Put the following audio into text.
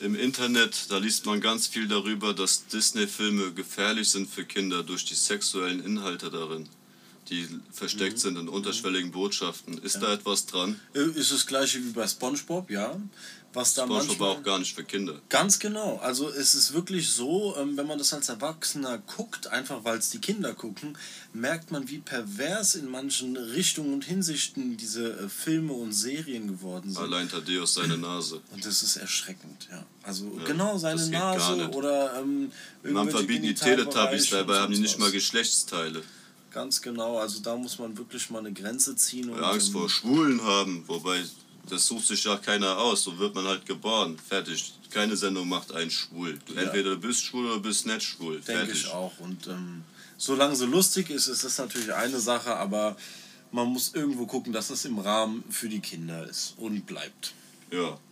im Internet, da liest man ganz viel darüber, dass Disney-Filme gefährlich sind für Kinder durch die sexuellen Inhalte darin, die versteckt sind in unterschwelligen Botschaften. Ist da etwas dran? Ist das gleiche wie bei SpongeBob, ja. Was da SpongeBob war auch gar nicht für Kinder. Ganz genau. Also es ist wirklich so, wenn man das als Erwachsener guckt, einfach weil es die Kinder gucken, merkt man, wie pervers in manchen Richtungen und Hinsichten diese Filme und Serien geworden sind. Allein Thaddeus seine Nase. Und das ist erschreckend, ja. Also genau, seine geht Nase oder man verbieten die Teletubbies, dabei haben die nicht mal Geschlechtsteile. Ganz genau, also da muss man wirklich mal eine Grenze ziehen. Und Angst vor Schwulen haben, wobei das sucht sich ja keiner aus, so wird man halt geboren, fertig. Keine Sendung macht einen schwul. Entweder du bist schwul oder bist nicht schwul, fertig. Denke ich auch. Und solange so lustig ist, ist das natürlich eine Sache, aber man muss irgendwo gucken, dass es im Rahmen für die Kinder ist und bleibt. Ja.